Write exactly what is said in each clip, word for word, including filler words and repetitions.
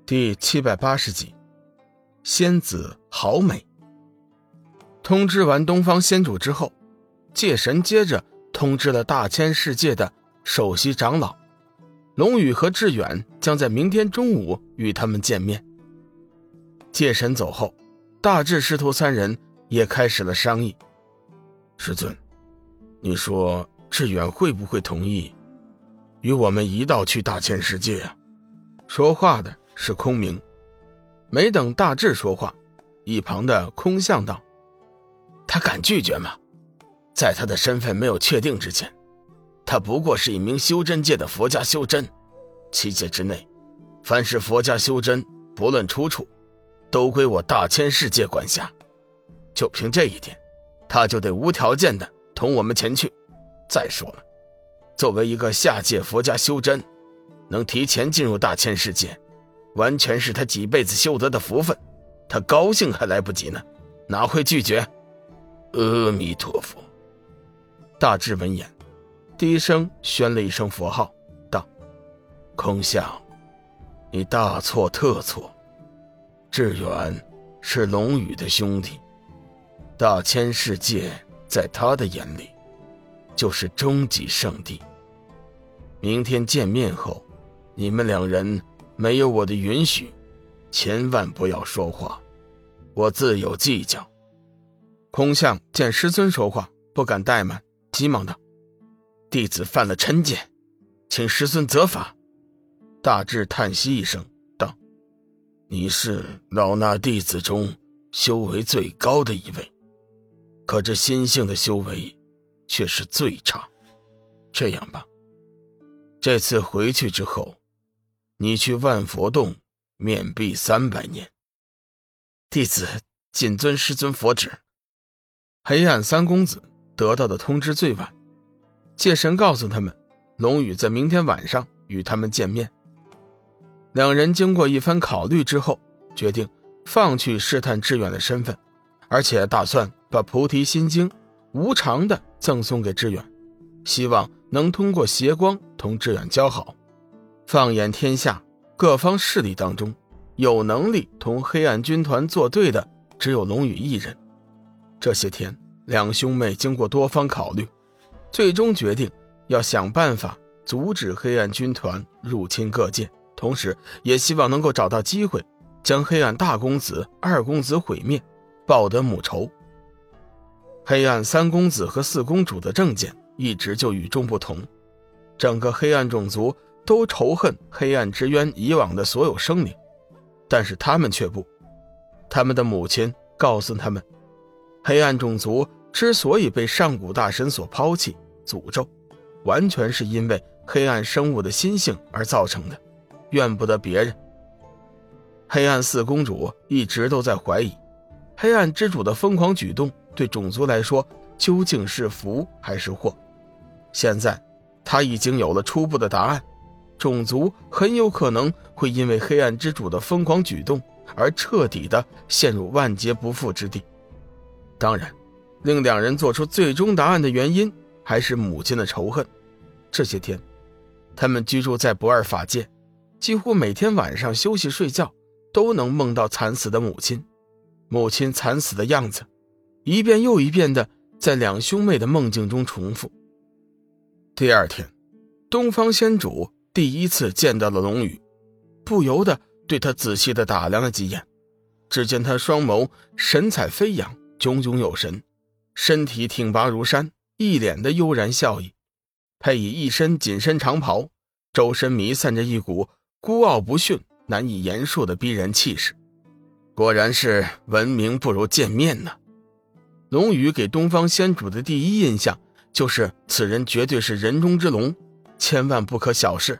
第七百八十集，仙子好美。通知完东方仙主之后，界神接着通知了大千世界的首席长老龙宇和志远，将在明天中午与他们见面。界神走后，大智师徒三人也开始了商议。师尊，你说志远会不会同意与我们一道去大千世界啊？说话的是空明。没等大智说话，一旁的空相道：他敢拒绝吗？在他的身份没有确定之前，他不过是一名修真界的佛家修真，七界之内，凡是佛家修真，不论出处，都归我大千世界管辖。就凭这一点，他就得无条件的同我们前去。再说了，作为一个下界佛家修真，能提前进入大千世界，完全是他几辈子修得的福分，他高兴还来不及呢，哪会拒绝？阿弥陀佛。大智闻言，低声宣了一声佛号，道：空相，你大错特错。志远是龙宇的兄弟，大千世界在他的眼里就是终极圣地。明天见面后，你们两人没有我的允许，千万不要说话，我自有计较。空相见师尊说话不敢怠慢，急忙道：弟子犯了嗔戒，请师尊责罚。大智叹息一声道：你是老衲弟子中修为最高的一位，可这心性的修为却是最差。这样吧，这次回去之后，你去万佛洞面壁三百年。弟子谨遵师尊佛旨。黑暗三公子得到的通知最晚，界神告诉他们，龙宇在明天晚上与他们见面。两人经过一番考虑之后，决定放弃试探志远的身份，而且打算把菩提心经无偿的赠送给志远，希望能通过邪光同志远交好。放眼天下各方势力当中，有能力同黑暗军团作对的只有龙宇一人。这些天，两兄妹经过多方考虑，最终决定要想办法阻止黑暗军团入侵各界，同时也希望能够找到机会将黑暗大公子、二公子毁灭，报得母仇。黑暗三公子和四公主的政见一直就与众不同，整个黑暗种族都仇恨黑暗之渊以往的所有生灵，但是他们却不。他们的母亲告诉他们，黑暗种族之所以被上古大神所抛弃诅咒，完全是因为黑暗生物的心性而造成的，怨不得别人。黑暗四公主一直都在怀疑，黑暗之主的疯狂举动对种族来说究竟是福还是祸。现在他已经有了初步的答案，种族很有可能会因为黑暗之主的疯狂举动而彻底的陷入万劫不复之地。当然，令两人做出最终答案的原因还是母亲的仇恨。这些天，他们居住在不二法界，几乎每天晚上休息睡觉都能梦到惨死的母亲。母亲惨死的样子一遍又一遍的在两兄妹的梦境中重复。第二天，东方仙主第一次见到了龙宇，不由得对他仔细的打量了几眼。只见他双眸神采飞扬，炯炯有神，身体挺拔如山，一脸的悠然笑意，配以一身紧身长袍，周身弥散着一股孤傲不驯、难以言述的逼人气势。果然是闻名不如见面呢。龙宇给东方仙主的第一印象就是此人绝对是人中之龙，千万不可小视。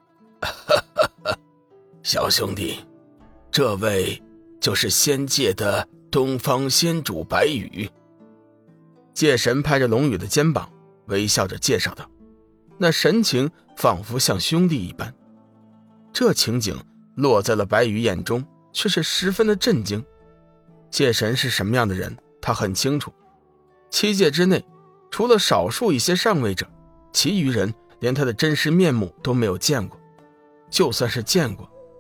小兄弟，这位就是仙界的东方仙主白羽。界神拍着龙宇的肩膀，微笑着介绍道，那神情仿佛像兄弟一般。这情景落在了白羽眼中，却是十分的震惊。界神是什么样的人，他很清楚。七界之内，除了少数一些上位者，其余人连他的真实面目都没有见过。就算是见过，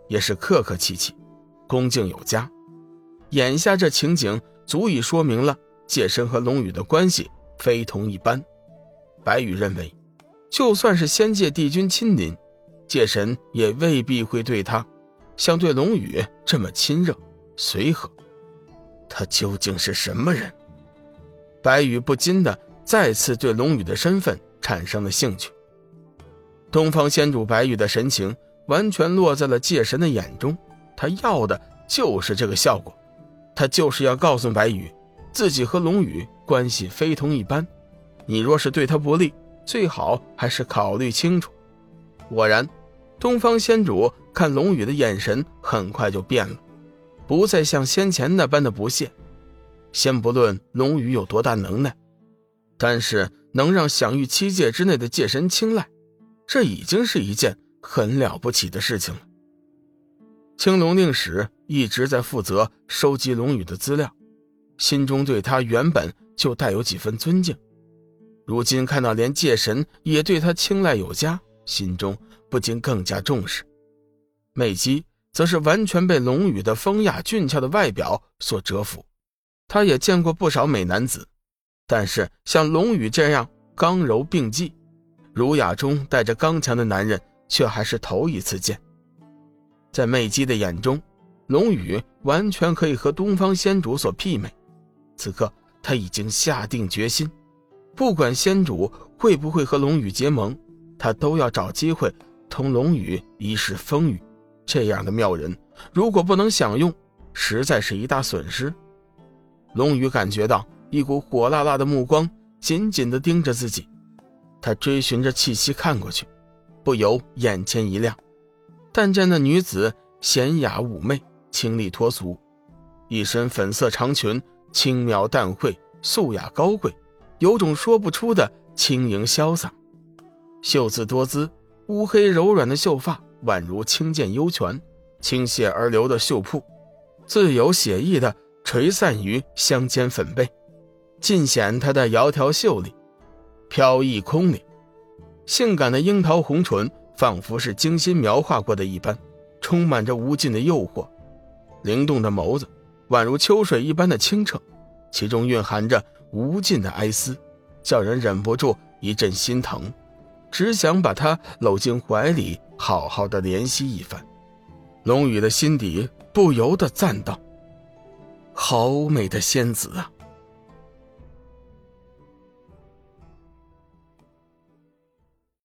也是客客气气，恭敬有加。眼下这情景足以说明了介神和龙宇的关系非同一般。白羽认为，就算是仙界帝君亲临，介神也未必会对他像对龙宇这么亲热随和。他究竟是什么人？白羽不禁的再次对龙宇的身份产生了兴趣。东方仙主白羽的神情完全落在了介神的眼中，他要的就是这个效果。他就是要告诉白羽，自己和龙宇关系非同一般，你若是对他不利，最好还是考虑清楚。果然，东方仙主看龙宇的眼神很快就变了，不再像先前那般的不屑。先不论龙宇有多大能耐，但是能让享誉七界之内的界神青睐，这已经是一件很了不起的事情了。青龙令使一直在负责收集龙宇的资料，心中对他原本就带有几分尊敬，如今看到连界神也对他青睐有加，心中不禁更加重视。美姬则是完全被龙宇的风雅俊俏的外表所折服，他也见过不少美男子，但是像龙宇这样刚柔并济，儒雅中带着刚强的男人却还是头一次见。在媚姬的眼中，龙宇完全可以和东方仙主所媲美。此刻他已经下定决心，不管仙主会不会和龙宇结盟，他都要找机会同龙宇一试风雨。这样的妙人如果不能享用，实在是一大损失。龙宇感觉到一股火辣辣的目光紧紧地盯着自己，他追寻着气息看过去，不由眼前一亮。但见那女子娴雅妩媚，清丽脱俗，一身粉色长裙，轻描淡绘，素雅高贵，有种说不出的轻盈潇洒。秀姿多姿，乌黑柔软的秀发宛如轻剑幽泉，倾泻而流的秀瀑自由写意地垂散于香肩粉背，尽显她的窈窕秀丽，飘逸空灵。性感的樱桃红唇仿佛是精心描画过的一般，充满着无尽的诱惑。灵动的眸子宛如秋水一般的清澈，其中蕴含着无尽的哀思，叫人忍不住一阵心疼，只想把她搂进怀里，好好的怜惜一番。龙宇的心底不由得赞道：好美的仙子啊！